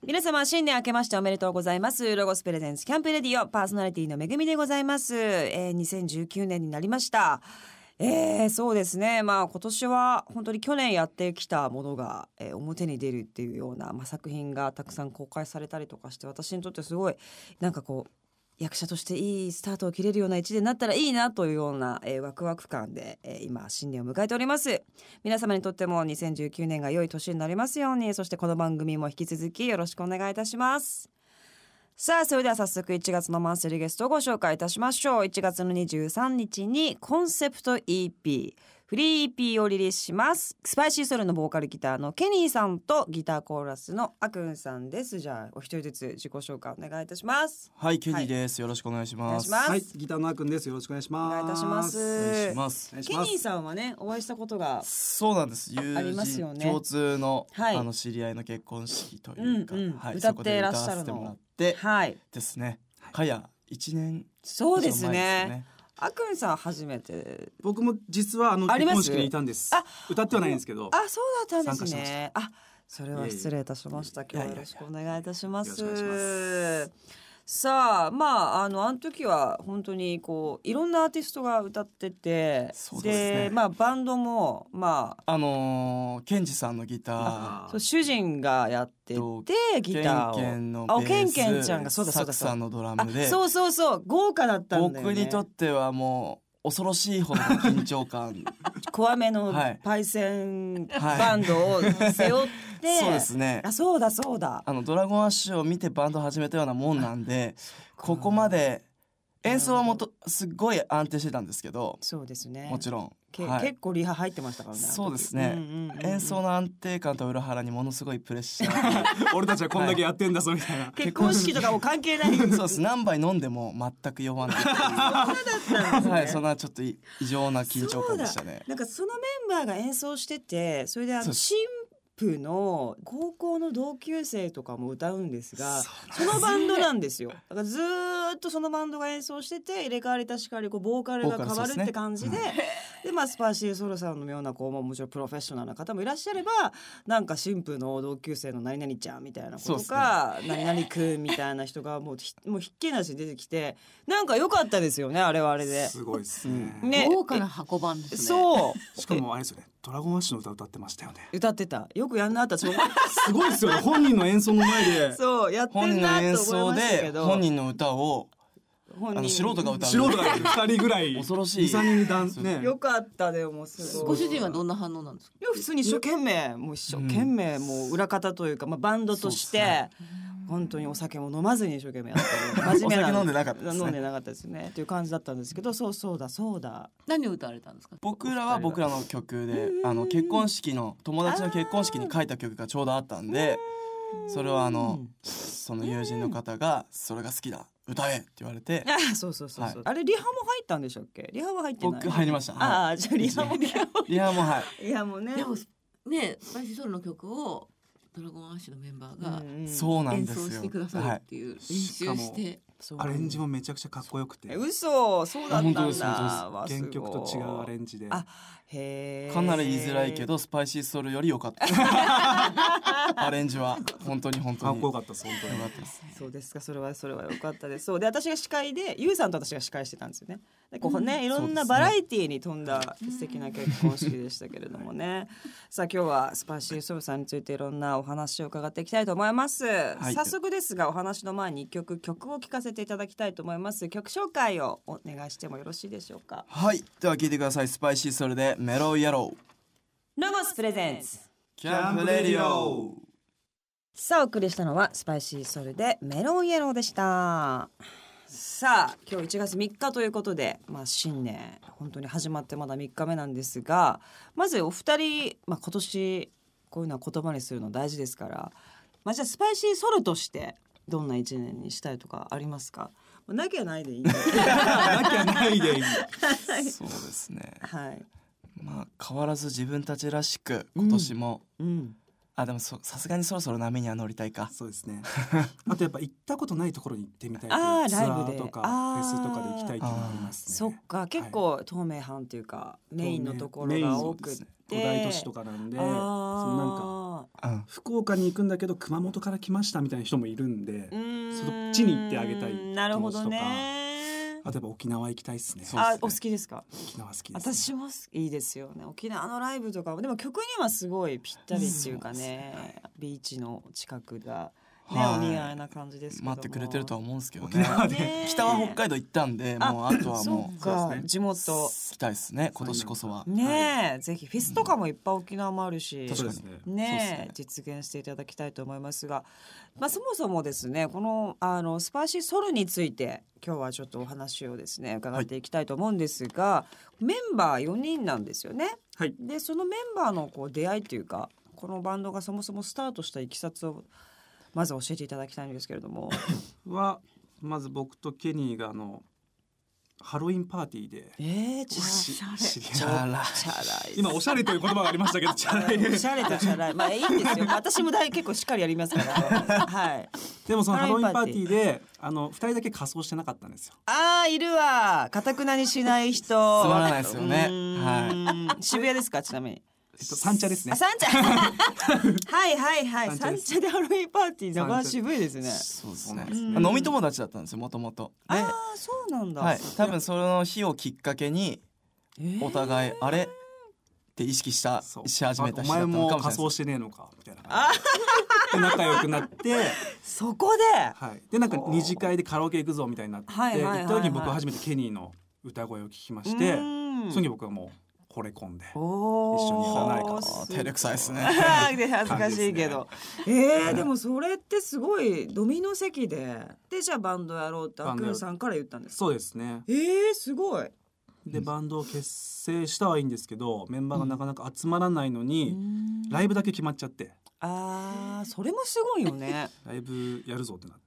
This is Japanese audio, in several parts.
皆様新年明けましておめでとうございます。ロゴスプレゼンツキャンプレディオパーソナリティのめぐみでございます。2019年になりました。そうですね、今年は本当に去年やってきたものが、表に出るっていうような、作品がたくさん公開されたりとかして、私にとってすごいなんか役者としていいスタートを切れるような一年になったらいいなというような、ワクワク感で、今新年を迎えております。皆様にとっても2019年が良い年になりますように、そしてこの番組も引き続きよろしくお願いいたします。さあそれでは早速1月のマンスリーゲストをご紹介いたしましょう。1月の23日にコンセプト EPフリー EP をリリースします。スパイシーソルのボーカルギターのケニーさんとギターコーラスのアクンさんです。じゃあお一人ずつ自己紹介お願いいたします。 はい、ケニーです、よろしくお願いします。 はい、 ギターのアクンです。よろしくお願いします。 お願いいたします。 お願いします。 ケニーさんはねお会いしたことがそうなんです。友ありますよね。 共通の、 はい、 知り合いの結婚式というか、 はい、歌っていらっしゃるのはいですね。かや1年そうですね。アクンさん初めて。 僕も実は結婚式にいたんです。歌ってはないんですけど。 そうだったんですね。それは失礼いたしました。今日はよろしくお願いいたします。さああの時は本当にいろんなアーティストが歌ってて、でバンドもケンジさんのギター、主人がやっててギターを、 ケンのベース、 ケンケンちゃんがサクさんのドラムで、 そう豪華だったんだよね。 僕にとってはもう恐ろしいほどの緊張感怖めのパイセンバンドを背負って、 そうですね。 そうだドラゴンアッシュを見てバンド始めたようなもんなんで、ここまで演奏はすっごい安定してたんですけど、 そうですね、 もちろん、 結構リハ入ってましたからね。 そうですね、演奏の安定感と裏腹にものすごいプレッシャー俺たちはこんだけやってんだぞみたいな、 結婚式とかも関係ないそうです。何杯飲んでも全く酔わないそんなだったんですね。 そんなちょっと異常な緊張感でしたね。 なんかそのメンバーが演奏してて、それで新婦の高校の同級生とかも歌うんですが、そのバンドなんですよ。だからずっとそのバンドが演奏してて、入れ替わり確かにボーカルが変わるって感じで、スパーシーソルさんのようなもちろんプロフェッショナルな方もいらっしゃれば、なんか新婦の同級生の何々ちゃんみたいなことか、何々くんみたいな人がもうひっきりなしに出てきて、なんか良かったですよね。あれはあれで。 すごいですね。 豪華な箱番ですね。 そう。 しかもあれですよね。ドラゴンアッシュの歌ってましたよね。 歌ってた。よくやんなった。すごいですよね。本人の演奏の前で。 そうやってんなと思いましたけど。 本人の歌を素人が歌う。 2人ぐらい。 恐ろしい。 2、3人ね。 よかったでもすごい。 ご主人はどんな反応なんですか。 いや普通に一生懸命もう裏方というかバンドとして。本当にお酒も飲まずに一生懸命やって真面目なお酒飲んでなかったですね。 飲んでなかったですねっていう感じだったんですけど、そうだ。 何を歌われたんですか。 僕らは僕らの曲で、結婚式の友達の結婚式に書いた曲がちょうどあったんで、それをその友人の方がそれが好きだ歌えって言われて、 そう、あれリハも入ったんでしたっけ。リハは入ってない。 僕入りました。 じゃあリハもはいリハもね。 でもねスパイシーソウルの曲をドラゴンアッシュのメンバーが演奏してくださるっていう練習して、 アレンジもめちゃくちゃかっこよくて。 嘘、そうだったんだ。 原曲と違うアレンジで。 かなり言いづらいけどスパイシーソウルより良かったアレンジは本当にかっこよかったです。本当に良かったです。 そうですか。それは良かったです。そうで、私が司会でユウさんと私が司会してたんですよね。でいろんなバラエティーに富んだ素敵な結婚式でしたけれどもね。さあ今日はスパイシーソウルさんについていろんなお話を伺っていきたいと思います。早速ですがお話の前に曲を聴かせていただきたいと思います。曲紹介をお願いしてもよろしいでしょうか。 はい、では聴いてください。スパイシーソウルでメロウイエロー。 ロゴスプレゼンツキャンプレディオ。 さあお送りしたのはスパイシーソウルでメロウイエローでした。さあ今日1月3日ということで、新年本当に始まってまだ3日目なんですが、まずお二人、今年こういうのは言葉にするの大事ですから、じゃあスパイシーソウルとしてどんな1年にしたいとかありますか。なきゃないでいいなきゃないでいいそうですね、 はい、 変わらず自分たちらしく今年もでもさすがにそろそろ波には乗りたいか。 そうですねあとやっぱ行ったことないところに行ってみたいというツアーとかフェスとかで行きたいっていうのがありますね。 そっか、結構透明版っていうかメインのところが多くって、 5大都市とかなんで、そのなんか、福岡に行くんだけど熊本から来ましたみたいな人もいるんで、そっちに行ってあげたい気持ちとか。 なるほどね。 例えば沖縄行きたいですね。 お好きですか？ 沖縄好きです、ね、 私もいいですよね。沖縄のライブとかもでも曲にはすごいぴったりっていうかね、ビーチの近くがね、お似合いな感じですけども、 待ってくれてるとは思うんですけどね北は北海道行ったんで、もうあとはもう地元行きたいですね、今年こそはね。ぜひフェスとかもいっぱい沖縄もあるし、 確かにね、実現していただきたいと思いますが、そもそもですね、このスパイシーソルについて今日はちょっとお話をですね伺っていきたいと思うんですが、メンバー4人なんですよね。 はい、 でそのメンバーの出会いというか、このバンドがそもそもスタートしたいきさつをまず教えていただきたいんですけれどもまず僕とケニーがハロウィンパーティーでチャラい、 今おしゃれという言葉がありましたけど、チャラいおしゃれとチャラい、いいんですよ私も結構しっかりやりますからはい。 でもそのハロウィンパーティーで2人だけ仮装してなかったんですよ。 いるわ、堅くなにしない人。つまらないですよね。はい。 渋谷ですか？ちなみに三茶ですね。 三茶はい三茶でハロウィンパーティー、なかなか渋いですね。 そうですね。飲み友達だったんですよ、もともと。 そうなんだ。 はい、多分その日をきっかけにお互いあれって意識し始めた日だったのかもしれない。お前も仮装してねえのかみたいな感じで仲良くなってそこで、 でなんか二次会でカラオケ行くぞみたいになって、行った時に僕は初めてケニーの歌声を聞きまして、その時僕はもう惚れ込んで一緒に行かないかと。 照れくさいですね恥ずかしいけど、でもそれってすごいドミノ席でじゃあバンドやろうってアクンさんから言ったんですか？ そうですね。 すごい。 でバンドを結成したはいいんですけど、メンバーがなかなか集まらないのに、ライブだけ決まっちゃって。 それもすごいよねライブやるぞってなって、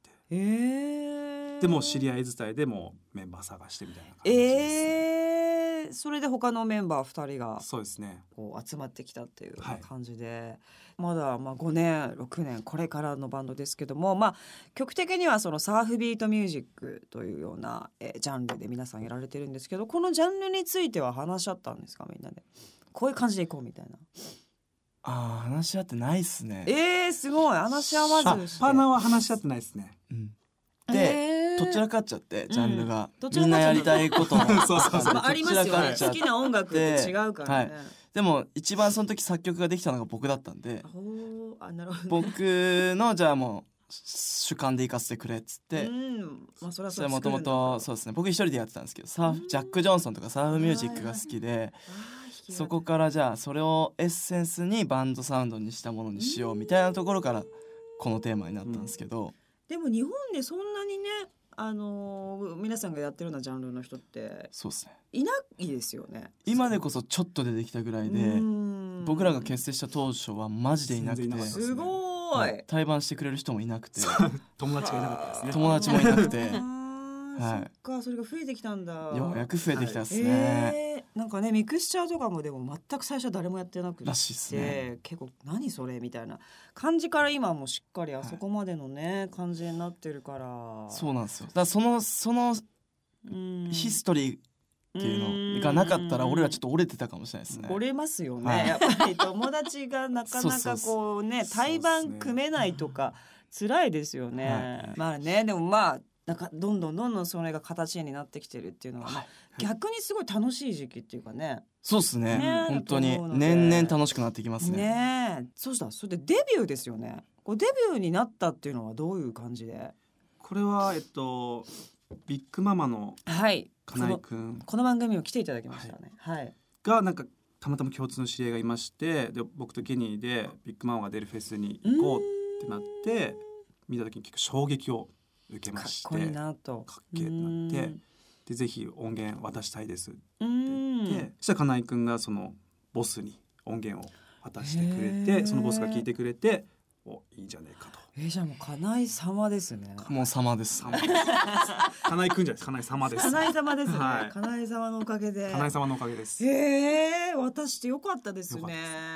でも知り合い伝いでもメンバー探してみたいな感じですね。 それで他のメンバー2人がそうですね、 集まってきたっていう感じで、まだ5年6年これからのバンドですけども、曲的にはそのサーフビートミュージックというようなジャンルで皆さんやられてるんですけど、このジャンルについては話し合ったんですか？みんなでこういう感じでいこうみたいな。 話し合ってないっすね。 すごい話し合わずして。 パーナーは話し合ってないですね。 でどちらかっちゃってジャンルが、みんなやりたいこともありますよね。好きな音楽って違うからね。 でも一番その時作曲ができたのが僕だったんで、僕のじゃあもう主観で行かせてくれっつって、それもともとそうですね、僕一人でやってたんですけど、ジャック・ジョンソンとかサーフミュージックが好きで、そこからじゃあそれをエッセンスにバンドサウンドにしたものにしようみたいなところからこのテーマになったんですけど、 でも日本でそんなにね、皆さんがやってるようなジャンルの人ってそうですね、 いないですよね。 今でこそちょっと出てきたぐらいで、僕らが結成した当初はマジでいなくて、 すごい対バンしてくれる人もいなくて友達がいなかったですね。 友達もいなくてそっか、それが増えてきたんだ。 ようやく増えてきたですね。 なんかね、ミクスチャーとかもでも全く最初は誰もやってなくて、 らしいですね、 結構何それみたいな感じから今もしっかりあそこまでのね、感じになってるから。 そうなんですよ。だからそのヒストリーっていうのがなかったら俺らちょっと折れてたかもしれないですね。 折れますよね、やっぱり友達がなかなか対バン組めないとか辛いですよね。でもなんかどんどんそれが形になってきてるっていうのは、逆にすごい楽しい時期っていうかね。 そうですね、本当に年々楽しくなってきますね。 それでデビューですよね。デビューになったっていうのはどういう感じで？ これはビッグママの金井くん、 この番組を来ていただきましたね。 がなんかたまたま共通の知り合いがいまして、で僕とケニーでビッグママが出るフェスに行こうってなって見た時に結構衝撃を受けまして、 かっこいいなと、 かっけーってなって、でぜひ音源渡したいですって言って、そしたら金井くんがそのボスに音源を渡してくれて、そのボスが聞いてくれて、いいんじゃねえかと。 じゃあもう金井様ですね。 もう様です。 金井くんじゃないです、金井様です。 金井様ですね。金井様のおかげで。 金井様のおかげです。 渡してよかったですね。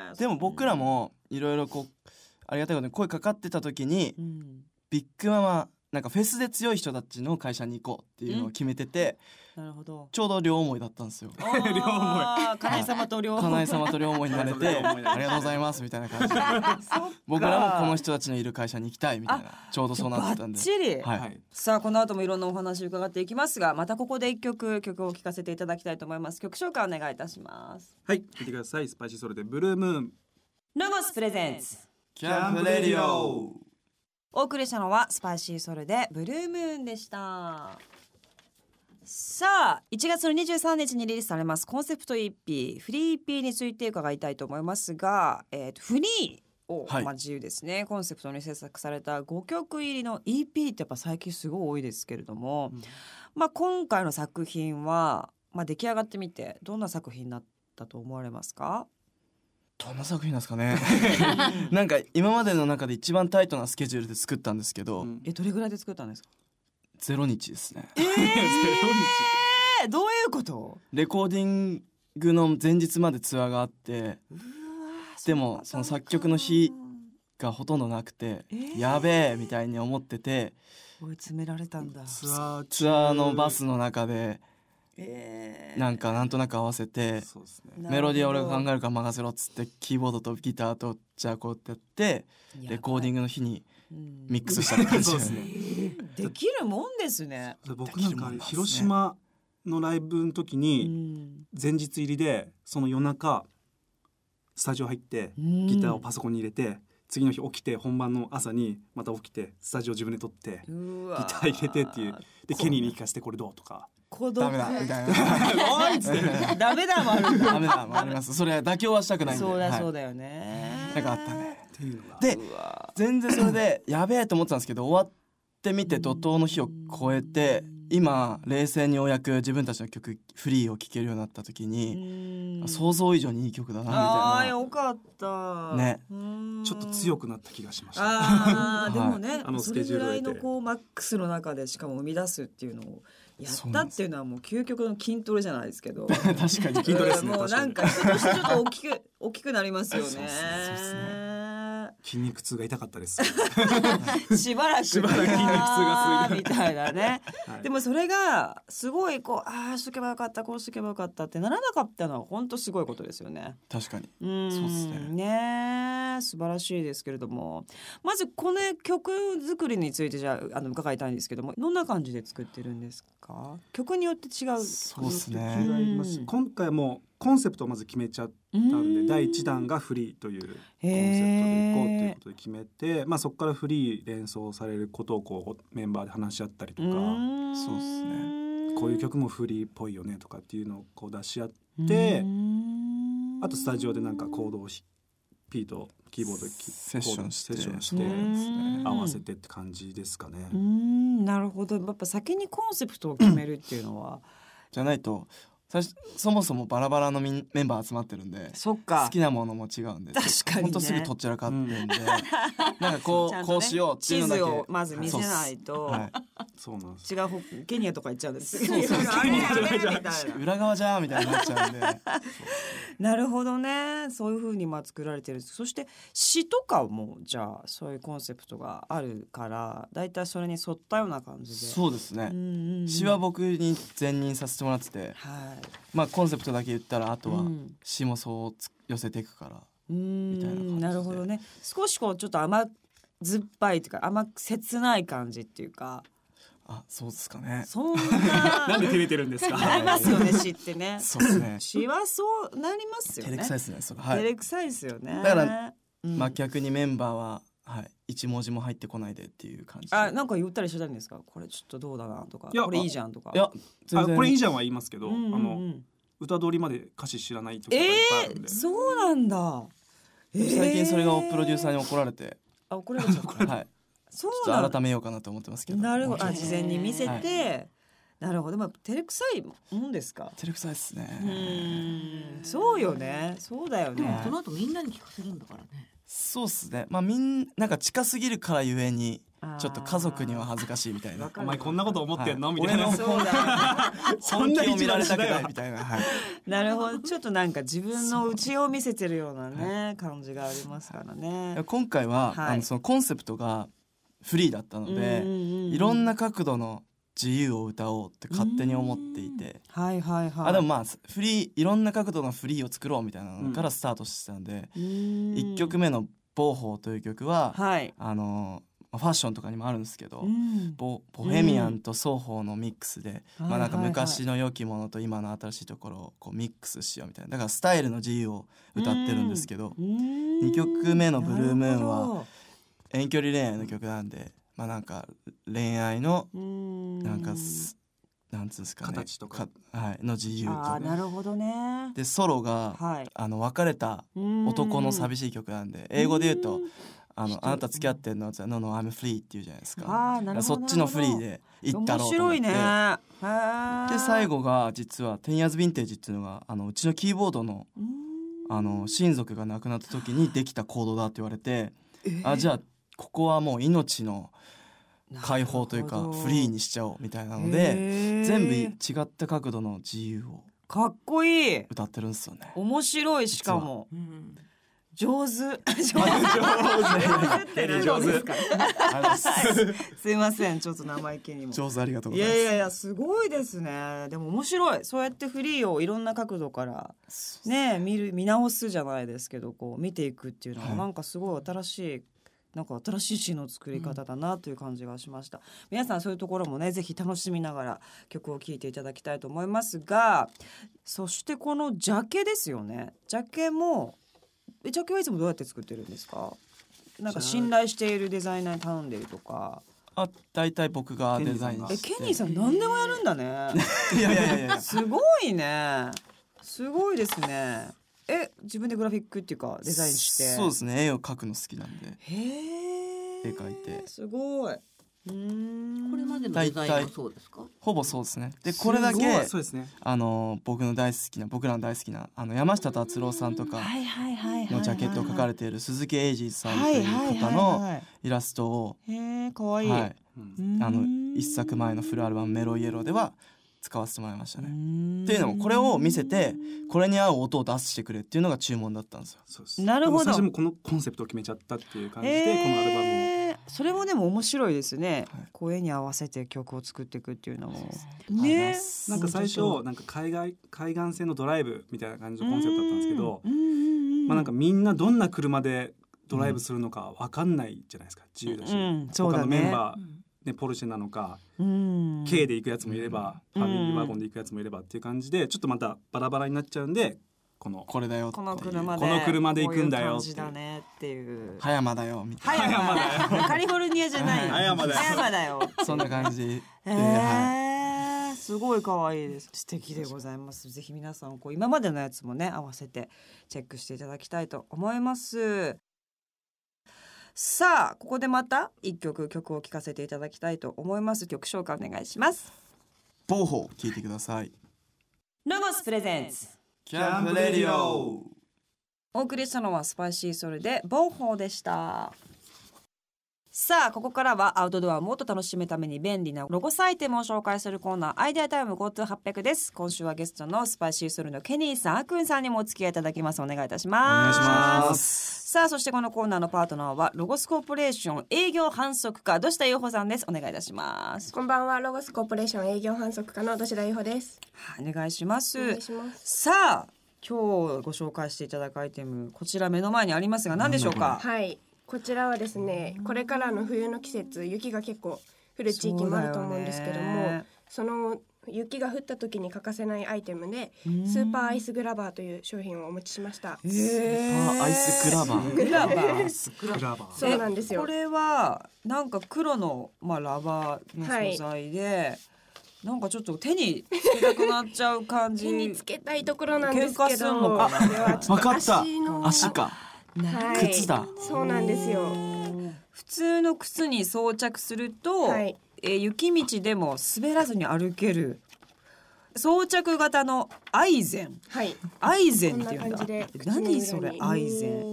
でも僕らもいろいろこうありがたいことに声かかってた時に、ビッグママなんかフェスで強い人たちの会社に行こうっていうのを決めてて、 なるほど、 ちょうど両思いだったんですよ。 両思い、 金井様と両思い、 金井様と両思いになれてありがとうございますみたいな感じで僕らもこの人たちのいる会社に行きたいみたいな、ちょうどそうなってたんでバッチリ、 はい、 さあこの後もいろんなお話伺っていきますが、またここで一曲を聴かせていただきたいと思います。曲紹介お願いいたします。 はい、聞いてください。スパイシーソウルでブルームーン。 ロゴスプレゼンツキャンプレディオ。 お送りしたのはスパイシーソウルでブルームーンでした。さあ1月の23日にリリースされますコンセプト EP フリー EP について伺いたいと思いますが、フリーを、自由ですね、コンセプトに制作された5曲入りの EP ってやっぱ最近すごい多いですけれども、今回の作品は、出来上がってみてどんな作品になったと思われますか？ どんな作品なんですかねなんか今までの中で一番タイトなスケジュールで作ったんですけど、 どれぐらいで作ったんですか ？0日ですね。 0日どういうこと？ レコーディングの前日までツアーがあって、でもその作曲の日がほとんどなくて、やべえみたいに思ってて、 追い詰められたんだ。 ツアーのバスの中でなんとなく合わせて、メロディーは俺が考えるから任せろっつってキーボードとギターとじゃあこうやってレコーディングの日にミックスしたって感じですね。 できるもんですね。 僕なんか広島のライブの時に前日入りでその夜中スタジオ入ってギターをパソコンに入れて、次の日起きて本番の朝にまた起きてスタジオ自分で撮ってギター入れてっていうでケニーに聞かせてこれどうとかダメだみたいなおいっつってダメだもあるダメだもあります。それは妥協はしたくないんで。 そうだよね、 なんかあったねっていうのがで全然それでやべえと思ってたんですけど、終わってみて怒涛の日を超えて今冷静にようやく自分たちの曲フリーを聴けるようになった時に想像以上にいい曲だなみたいな。 よかったね。 ちょっと強くなった気がしました。 でもね、それぐらいのマックスの中でしかも生み出すっていうのをやったっていうのはもう究極の筋トレじゃないですけど確かに筋トレですね。 もうなんか人としてちょっと大きくなりますよね。そうですね。筋肉痛が痛かったですしばらく筋肉痛がみたいなね、でもそれがすごいああしとけばよかったこうしとけばよかったってならなかったのは本当すごいことですよね。 確かにそうですね。素晴らしいですけれども、まずこの曲作りについてじゃあ伺いたいんですけども、どんな感じで作ってるんですか？曲によって違う。 そうですね。 今回もコンセプトをまず決めちゃったんで、第1弾がフリーというコンセプトでいこうということで決めて、そこからフリー連想されることをメンバーで話し合ったりとか、 そうですね、 こういう曲もフリーっぽいよねとかっていうのを出し合って、あとスタジオでコードをP とキーボードでセッションして合わせてって感じですかね。 なるほど。やっぱ先にコンセプトを決めるっていうのはじゃないとそもそもバラバラのメンバー集まってるんで、 そっか、 好きなものも違うんで、 確かにね、 ほんとすぐとっちらかってんで、こうしようっていうのだけ地図をまず見せないと、 そうなんです。 違うケニアとか行っちゃうんです。 裏側じゃーみたいになっちゃうんでなるほどね。そういう風に作られてる。そして詩とかもじゃあそういうコンセプトがあるからだいたいそれに沿ったような感じで。 そうですね、詩は僕に前任させてもらってて、コンセプトだけ言ったらあとは詩もそう寄せていくからみたいな感じで。 なるほどね。少しちょっと甘酸っぱいというか甘く切ない感じっていうか。 そうですかね。 そんななんで照れてるんですか？ ありますよね、詩ってね。 そうですね。 詩はそうなりますよね。 照れくさいですね。 照れくさいですよね。 だから逆にメンバーは一文字も入ってこないでっていう感じ。 なんか言ったりしてたんですか？これちょっとどうだなとか、これいいじゃんとか。 いやこれいいじゃんは言いますけど、歌通りまで歌詞知らないとかいっぱいあるんで。 そうなんだ。 最近それがプロデューサーに怒られて。 怒られちゃった。 はい。そうちょっと改めようかなと思ってますけど。 なるほど。事前に見せて、なるほど。照れくさいもんですか？ 照れくさいですね。 そうよね。そうだよね。 その後みんなに聞かせるんだからね。 そうっすね。みんな近すぎるからゆえにちょっと家族には恥ずかしいみたいな、 お前こんなこと思ってんの、 はい、 みたいな、 俺の本気を見られたくないみたいな、はい、 なるほど、ちょっとなんか自分の内を見せてるようなね感じがありますからね。 今回は、はい、そのコンセプトがフリーだったので、いろんな角度の自由を歌おうって勝手に思っていて、 はいはいはい、 でもまあフリー、いろんな角度のフリーを作ろうみたいなのからスタートしてたんで、1曲目のボーホーという曲は、はい、ファッションとかにもあるんですけど、ボヘミアンと双方のミックスで、まあ、なんか昔の良きものと今の新しいところをこうミックスしようみたいな、だからスタイルの自由を歌ってるんですけど、2曲目のブルームーンは遠距離恋愛の曲なんで、まあ、なんか恋愛のなんかなんつうんですかね、 形とか、 はい、の自由とか、 なるほどね。 でソロが、はい、別れた男の寂しい曲なんで、英語で言うとあなた付き合ってんのってNo, no, I'm free って言うじゃないですか。そっちのフリーで行ったろうと思って。面白いね。で最後が実は10 years vintage っていうのがうちのキーボードの親族が亡くなった時にできたコードだって言われて、じゃあここはもう命の解放というかフリーにしちゃおうみたいなので、全部違った角度の自由をかっこいい歌ってるんですよね。 面白い。しかも上手上手ですかすいません、ちょっと生意気にも上手、ありがとうございます。 いやすごいですね。でも面白い、そうやってフリーをいろんな角度からね見直すじゃないですけど、こう見ていくっていうのはなんかすごい新しい、なんか新しい詩の作り方だなという感じがしました。皆さんそういうところもねぜひ楽しみながら曲を聴いていただきたいと思いますが、そしてこのジャケですよね。ジャケはいつもどうやって作ってるんですか？なんか信頼しているデザイナーに頼んでいるとか。 だいたい僕がデザインして。 ケニーさん何でもやるんだねいやすごいね、すごいですね。自分でグラフィックっていうかデザインして。 そうですね、絵を描くの好きなんで絵描いて。 すごい。 これまでのデザインはそうですか？ ほぼそうですね。でこれだけそうですね、 僕らの大好きな山下達郎さんとかのジャケットを描かれている鈴木英二さんという方のイラストを、 かわいい、 一作前のフルアルバムメロイエローでは使わせてもらいましたね。っていうのもこれを見せて、これに合う音を出してくれっていうのが注文だったんですよ。 そうです。 なるほど。 最初もこのコンセプトを決めちゃったっていう感じで、このアルバムを。 それもでも面白いですね、声に合わせて曲を作っていくっていうのもね。 なんか最初なんか海岸線のドライブみたいな感じのコンセプトだったんですけど、なんかみんなどんな車でドライブするのか分かんないじゃないですか、自由だし、他のメンバーポルシェなのか、K で行くやつもいれば、ファミリーワゴンで行くやつもいればっていう感じで、ちょっとまたバラバラになっちゃうんで、 これだよっていう、 この車で行くんだよっていう葉山だよみたいな、 葉山カリフォルニアじゃない葉山だよそんな感じすごい可愛いです。素敵でございます。ぜひ皆さん今までのやつもね合わせてチェックしていただきたいと思います。さあここでまた一曲を聴かせていただきたいと思います。曲紹介お願いします。 ボーホー聴いてください。 ロゴスプレゼンツキャンプレディオ。 お送りしたのはスパイシーソルでボーホーでした。さあここからはアウトドアをもっと楽しむために便利なロゴスアイテムを紹介するコーナー、アイデアタイム GoTo800 です。今週はゲストのスパイシーソルのケニーさん、あくんさんにもお付き合いいただきます。お願いいたします。 お願いします。 さあそしてこのコーナーのパートナーはロゴスコーポレーション営業販促課土下優穂さんです。お願いいたします。 こんばんは。ロゴスコーポレーション営業販促課の土下優穂です。 お願いします。 お願いします。 さあ今日ご紹介していただくアイテム、こちら目の前にありますが何でしょうか？ はい、こちらはですね、これからの冬の季節雪が結構降る地域もあると思うんですけども、その雪が降った時に欠かせないアイテムでスーパーアイスグラバーという商品をお持ちしました。 スーパーアイスグラバーそうなんですよ。 これはなんか黒の、ラバーの素材で、なんかちょっと手につけたくなっちゃう感じ。 手につけたいところなんですけど、 喧嘩するのかな。 分かった、足か、靴だ。 そうなんですよ。 普通の靴に装着すると、雪道でも滑らずに歩ける装着型のアイゼン、アイゼンっていうんだ。何それアイゼン。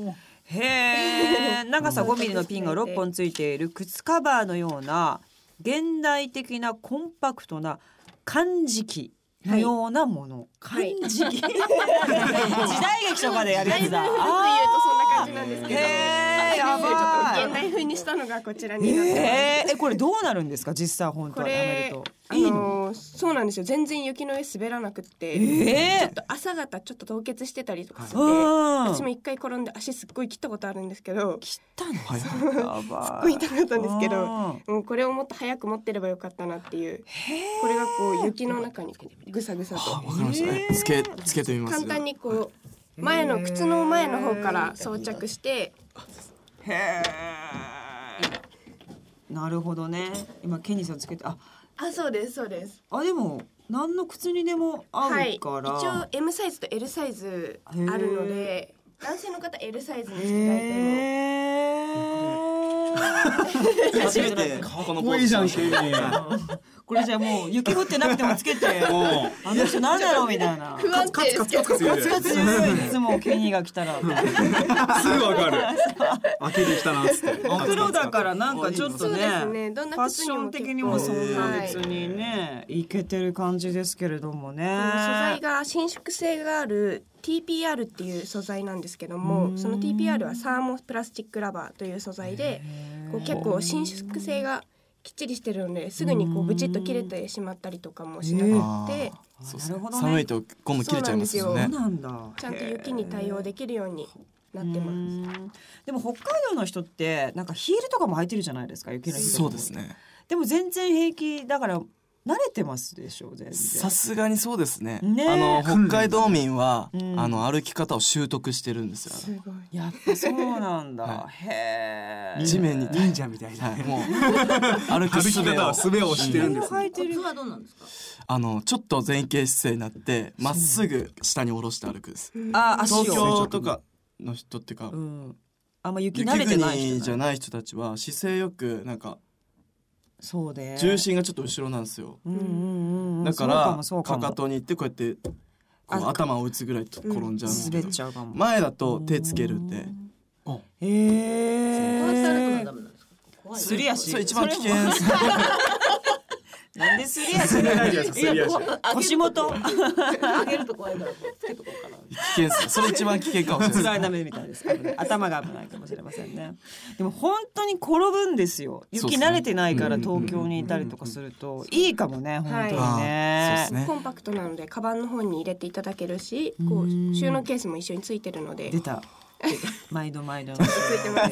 へー、長さ5ミリのピンが6本ついている靴カバーのような現代的なコンパクトな漢字機のようなもの、漢字機、時代劇とかでやるやつだ。 だいぶ古く言うとそんな感じなんですけど、 やばい。 現代風にしたのがこちらになってます。 これどうなるんですか実際本当はやめると。いいの？ そうなんですよ。全然雪の上滑らなくって、ちょっと朝方ちょっと凍結してたりとかして、私も一回転んで足すっごい切ったことあるんですけど、 切ったの？ すっごい痛かったんですけど、もうこれをもっと早く持ってればよかったなっていう。これがこう雪の中にぐさぐさと。 わかりましたね。つけてみます。 簡単にこう前の靴の前の方から装着して。 へー、なるほどね。今ケニーさんつけて、 そうですそうです。 でも何の靴にでも合うから、 一応 M サイズと L サイズあるので、男性の方 L サイズにして大体初めてこのポーズじゃん。 これじゃもう雪降ってなくてもつけてあの人なんだろうみたいな。 不安定ですけど、 カツカツいつもケニーが来たらすぐわかる。開けてきたなっつって。 黒だからなんかちょっとね、フね、どんなァッション的にもそんな別にね、いけてる感じですけれどもね。 素材が伸縮性がある TPR っていう素材なんですけども、その TPR はサーモプラスチックラバーという素材で、こう結構伸縮性がきっちりしてるので、すぐにこうブチッと切れてしまったりとかもしなくて、 寒いとゴム切れちゃいますよね。 そうなんだ。 ちゃんと雪に対応できるようになってます。 でも北海道の人ってなんかヒールとかも履いてるじゃないですか、雪の日。 そうですね。 でも全然平気だから慣れてますでしょう。全然さすがにそうですね。北海道民は歩き方を習得してるんですよ。 すごい。 やっぱそうなんだ。へえ。 地面に忍者みたいな。 もう歩き術をしてるんです。 コツはどうなんですか？ ちょっと前傾姿勢になってまっすぐ下に下ろして歩くです。 足を。 東京とかの人ってか、 あんま雪慣れてない人じゃない人たちは姿勢よくなんか。 そうで重心がちょっと後ろなんですよ。だからかかとに行ってこうやってこう頭を打つぐらいと転んじゃうんですけど、前だと手つけるんで。 すり足。 それ一番危険です。 なんですり足？腰元上げると怖いからつけとこうかな。 危険です。それ一番危険かもしれない。 つらいダメみたいですからね。頭が危ないかもしれませんね。でも本当に転ぶんですよ。雪慣れてないから東京にいたりとかするといいかもね、本当にね。 コンパクトなのでカバンの方に入れていただけるし、こう収納ケースも一緒についてるので。 出た。毎度毎度ついてます。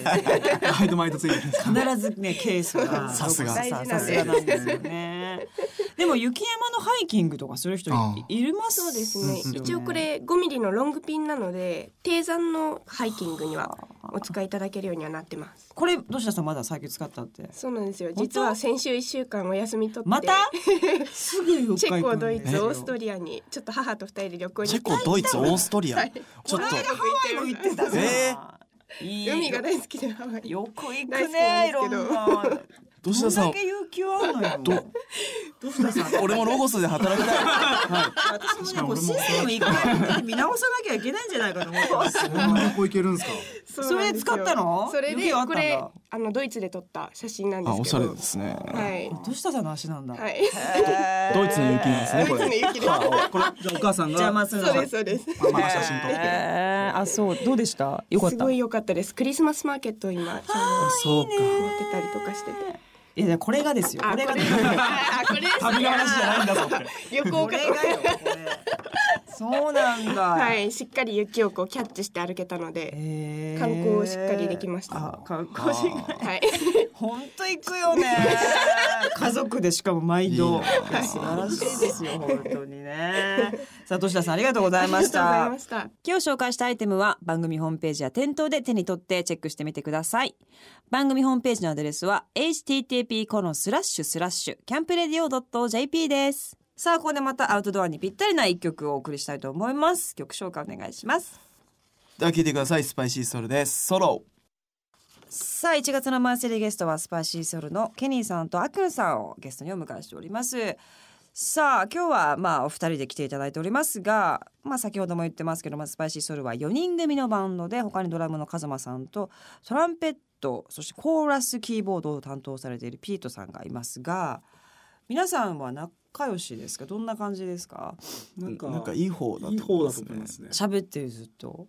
毎度ついてる。 必ずねケースがさすがなんですよね。でも雪山のハイキングとかする人います？ そうですね。一応これ5ミリのロングピンなので低山のハイキングにはお使いいただけるようにはなってます。 これどうしたさんまだ最近使ったって？ そうなんですよ。実は先週1週間お休み取ってまたすぐチェコ、ドイツ、オーストリアにちょっと母と2人で旅行に。 チェコ、ドイツ、オーストリア。ちょっとハワイも行ってた。 海が大好きでハワイよく行くね。いろんな。 どうしたさん。 どんだけ勇気はあるのよ。どうしたさん。 俺もロゴスで働きたい。 私もね、システム一回見直さなきゃいけないんじゃないかと思ってます。 そんな旅行行けるんですか？ それで使ったの？ それでこれドイツで撮った写真なんですけど。 おしゃれですね。 はい。 どうしたさんの足なんだ。 はい。 ドイツの雪なんですね。これ。 ドイツの雪です。 これじゃあお母さんが邪魔するの。 そうですそうです。 ママが写真撮って。 そうどうでした？よかった。 すごい良かったです。クリスマスマーケットを今そうか持ってたりとかしてて。 いやこれがですよ。これがこれですね。 旅の話じゃないんだぞって。 旅行がそうなんだ。 はい、しっかり雪をこうキャッチして歩けたので、観光をしっかりできました。 観光しはい。 本当行くよね。家族でしかも毎度素晴らしいですよ本当にね。さあとし田さんありがとうございました。今日紹介したアイテムは番組ホームページや店頭で手に取ってチェックしてみてください。番組ホームページのアドレスは http://campradio.jp です。さあここでまたアウトドアにぴったりな一曲をお送りしたいと思います。曲紹介お願いします。 では聴いてください。スパイシーソウルです。ソロ。 さあ1月のマンスリーゲストはスパイシーソウルのケニーさんとアクンさんをゲストにお迎えしております。 さあ今日はお二人で来ていただいておりますが、先ほども言ってますけど、スパイシーソウルは4人組のバンドで、他にドラムのカズマさんとトランペット、そしてコーラスキーボードを担当されているピートさんがいますが、皆さんは仲良しですか？どんな感じですか？ なんかいい方だと思いますね。 喋ってる、ずっと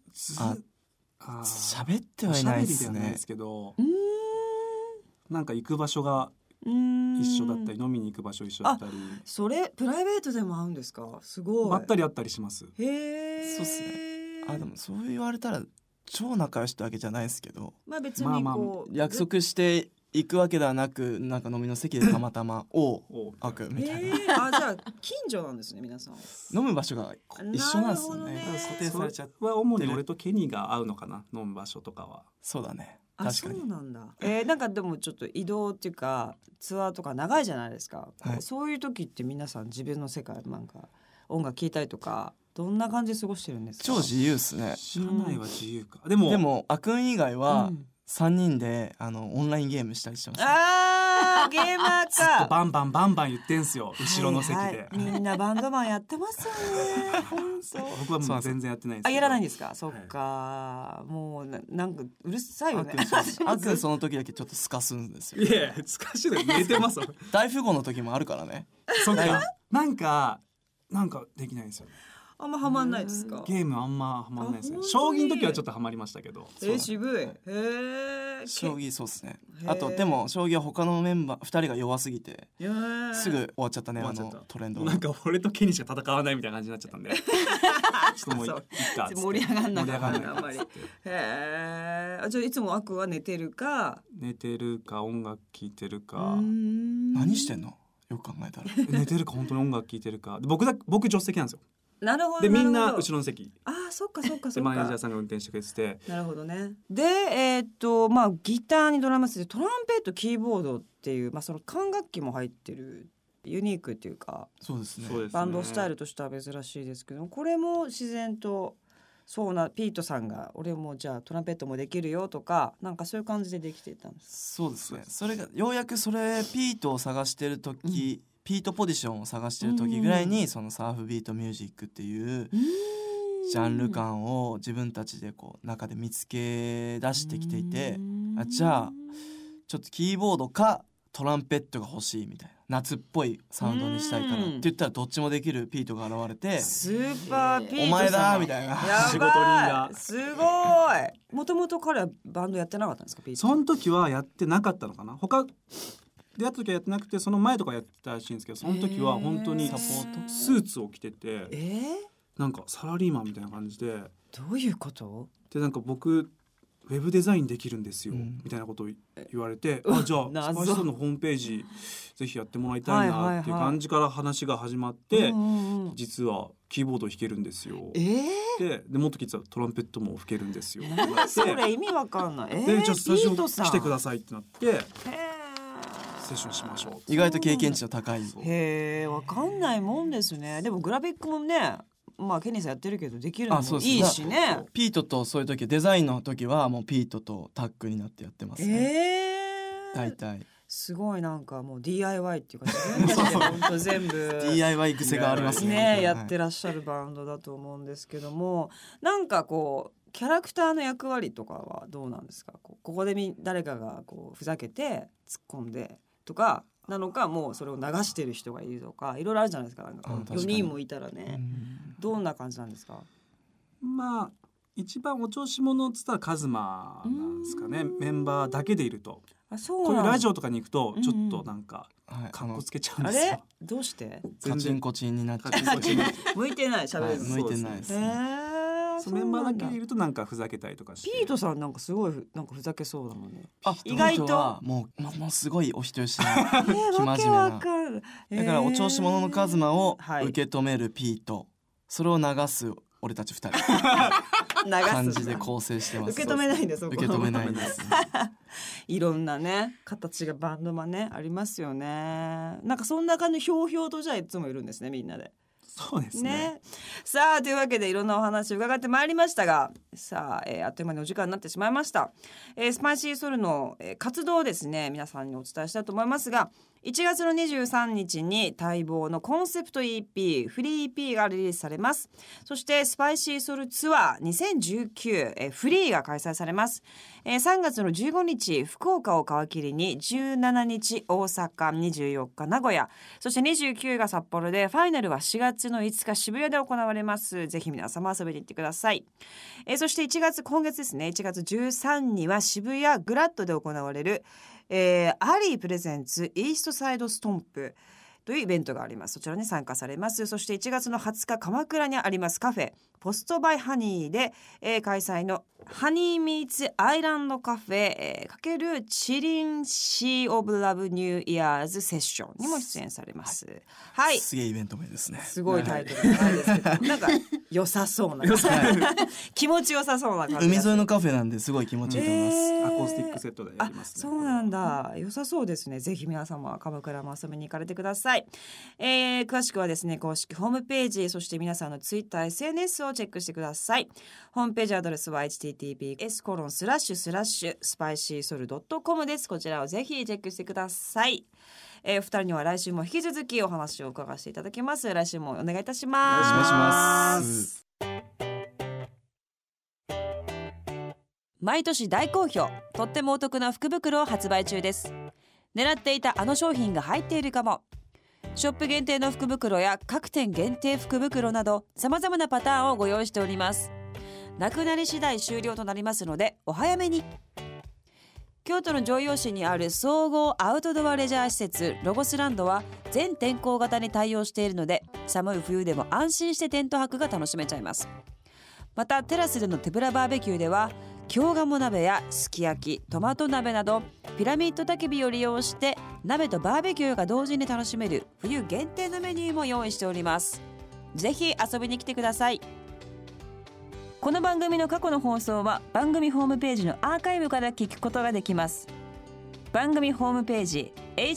喋ってはいないですね。 ですけど、なんか行く場所が一緒だったり、飲みに行く場所一緒だったり。 それプライベートでも会うんですか？すごい。 ばったり会ったりします。 へえ。 そうっすね。でもそう言われたら超仲良しってわけじゃないですけど、 別にこう、 約束して行くわけではなく、なんか飲みの席でたまたま会くみたいな。 じゃあ近所なんですね、皆さん。 飲む場所が一緒なんですよね。固定されちゃって。 は主に俺とケニーが会うのかな、飲む場所とかは。 そうだね。確かに。 そうなんだ。なんかでもちょっと移動っていうかツアーとか長いじゃないですか。そういう時って皆さん自分の世界なんか音楽聴いたりとか、どんな感じで過ごしてるんですか？ 超自由っすね。 車内は自由か。でもあくん以外は3人でオンラインゲームしたりしてます。 ゲーマーか。 ずっとバンバン言ってんすよ、後ろの席で。 みんなバンドマンやってますよね。 僕はもう全然やってないんですけど。 やらないんですか？そっか。もうなんかうるさいよね。 あくんその時だけちょっとスカすんですよ。 いやスカしで寝てます。 大富豪の時もあるからね。 そっか。なんかできないんですよね。 あんまハマんないですか？ ゲームあんまハマんないですね。将棋の時はちょっとハマりましたけど。 渋い。 将棋そうですね。あとでも将棋は他のメンバー2人が弱すぎてすぐ終わっちゃったね、トレンド。 なんか俺とケニーしか戦わないみたいな感じになっちゃったんで、ちょっともういいか盛り上がんなかったあんまり。じゃあいつもアクは寝てるか音楽聴いてるか。 何してんの？よく考えたら寝てるか本当に音楽聴いてるか。僕助手席なんですよ。 なるほど。 でみんな後ろの席。 そっか。 でマネージャーさんが運転してくれてて。 なるほどね。でギターにドラムスでトランペット、キーボードっていうその管楽器も入ってるユニークっていうか、 そうですね。 バンドスタイルとしては珍しいですけど、これも自然とピートさんが俺もじゃあトランペットもできるよとか、なんかそういう感じでできていたんです。 そうですね。それがようやくピートを探してる時、ピートポジションを探してる時ぐらいに、そのサーフビートミュージックっていうジャンル感を自分たちで中で見つけ出してきていて、じゃあちょっとキーボードかトランペットが欲しいみたいな、夏っぽいサウンドにしたいからって言ったら、どっちもできるピートが現れて、 スーパーピートさん、 お前だみたいな仕事人がすごい。もともと彼はバンドやってなかったんですか？ピートその時はやってなかったのかな。他出会った時はやってなくて、その前とかやってたらしいんですけど、その時は本当にサポートスーツを着てて、なんかサラリーマンみたいな感じで。 どういうこと？ でなんか僕ウェブデザインできるんですよ、みたいなことを言われて、じゃあスパイスのホームページぜひやってもらいたいなっていう感じから話が始まって、実はキーボード弾けるんですよ、でもっと聞いてたらトランペットも吹けるんですよ。 それ意味わかんない。 でじゃあスタジオ来てくださいってなって、セッションしましょう。 意外と経験値の高い。 わかんないもんですね。でもグラフィックもね、ケニーさんやってるけどできるのもいいしね。 ピートとそういう時、デザインの時はもうピートとタッグになってやってますね。大体すごい、なんかもう DIY っていうか自分で本当全部 DIY 癖がありますね。 やってらっしゃるバンドだと思うんですけども、なんかキャラクターの役割とかはどうなんですか？ここで誰かがふざけて突っ込んでとかなのか、もうそれを流してる人がいるとか、いろいろあるじゃないですか。なんか4人もいたらね、どんな感じなんですか？ 一番お調子者っつったらカズマなんですかね。メンバーだけでいると、こういうラジオとかに行くとちょっとなんかかっこつけちゃうんですよ。 あれどうして？ カチンコチンになっちゃう。 向いてない、喋る。 向いてないです。 メンバーだけいるとなんかふざけたりとかして。 ピートさんなんかすごいなんかふざけそうだもんね。 意外ともうすごいお人よしな生真面目な。だからお調子者のカズマを受け止めるピート、それを流す俺たち2人感じで構成してます。 受け止めないんです。 受け止めないんです。 いろんなね形がバンドマンねありますよね。なんかそんな感じひょうひょうとじゃあいつもいるんですね、みんなで。 そうですね。 さあというわけでいろんなお話を伺ってまいりましたが、さあ、あっという間にお時間になってしまいました。スパイシーソルの、活動をですね皆さんにお伝えしたいと思いますが、1月の23日に待望のコンセプト EP フリー EP がリリースされます。そしてスパイシーソルツアー2019、フリーが開催されます。3月の15日福岡を皮切りに17日大阪、24日名古屋、そして29が札幌で、ファイナルは4月の5日渋谷で行われます。ぜひ皆様遊びに行ってください。そして今月ですね、1月13日には渋谷グラッドで行われるアリープレゼンツイーストサイドストンプというイベントがあります。そちらに参加されます。そして1月の20日鎌倉にありますカフェポストバイハニーで、開催のハニーミーツアイランドカフェ、×チリンシーオブラブニューイヤーズセッションにも出演されます。はい、 すげえイベント名ですね。 すごいタイトルじゃないですけど、なんか良さそうな気持ちよさそうな感じ。 海沿いのカフェなんですごい気持ちいいと思います。 アコースティックセットでやりますね。 そうなんだ、良さそうですね。ぜひ皆様鎌倉も遊びに行かれてください。詳しくはですね公式ホームページ、そして皆さんのツイッター SNS をチェックしてください。ホームページアドレスは https://spicysoul.com です。こちらをぜひチェックしてください。2人には来週も引き続きお話を伺わせていただきます。来週もお願いいたします。 お願いします。 毎年大好評、とってもお得な福袋を発売中です。狙っていたあの商品が入っているかも。ショップ限定の福袋や各店限定福袋など様々なパターンをご用意しております。なくなり次第終了となりますのでお早めに。京都の城陽市にある総合アウトドアレジャー施設ロゴスランドは全天候型に対応しているので、寒い冬でも安心してテント泊が楽しめちゃいます。またテラスでの手ぶらバーベキューでは京鴨鍋やすき焼き、トマト鍋などピラミッド焚き火を利用して鍋とバーベキューが同時に楽しめる冬限定のメニューも用意しております。ぜひ遊びに来てください。この番組の過去の放送は番組ホームページのアーカイブから聞くことができます。番組ホームページ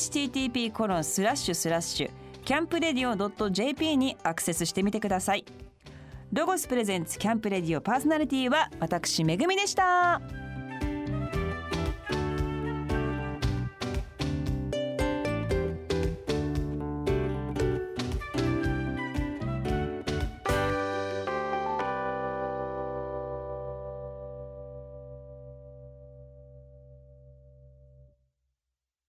http://campradio.jp にアクセスしてみてください。ロゴスプレゼンツキャンプレディオパーソナリティは私めぐみでした。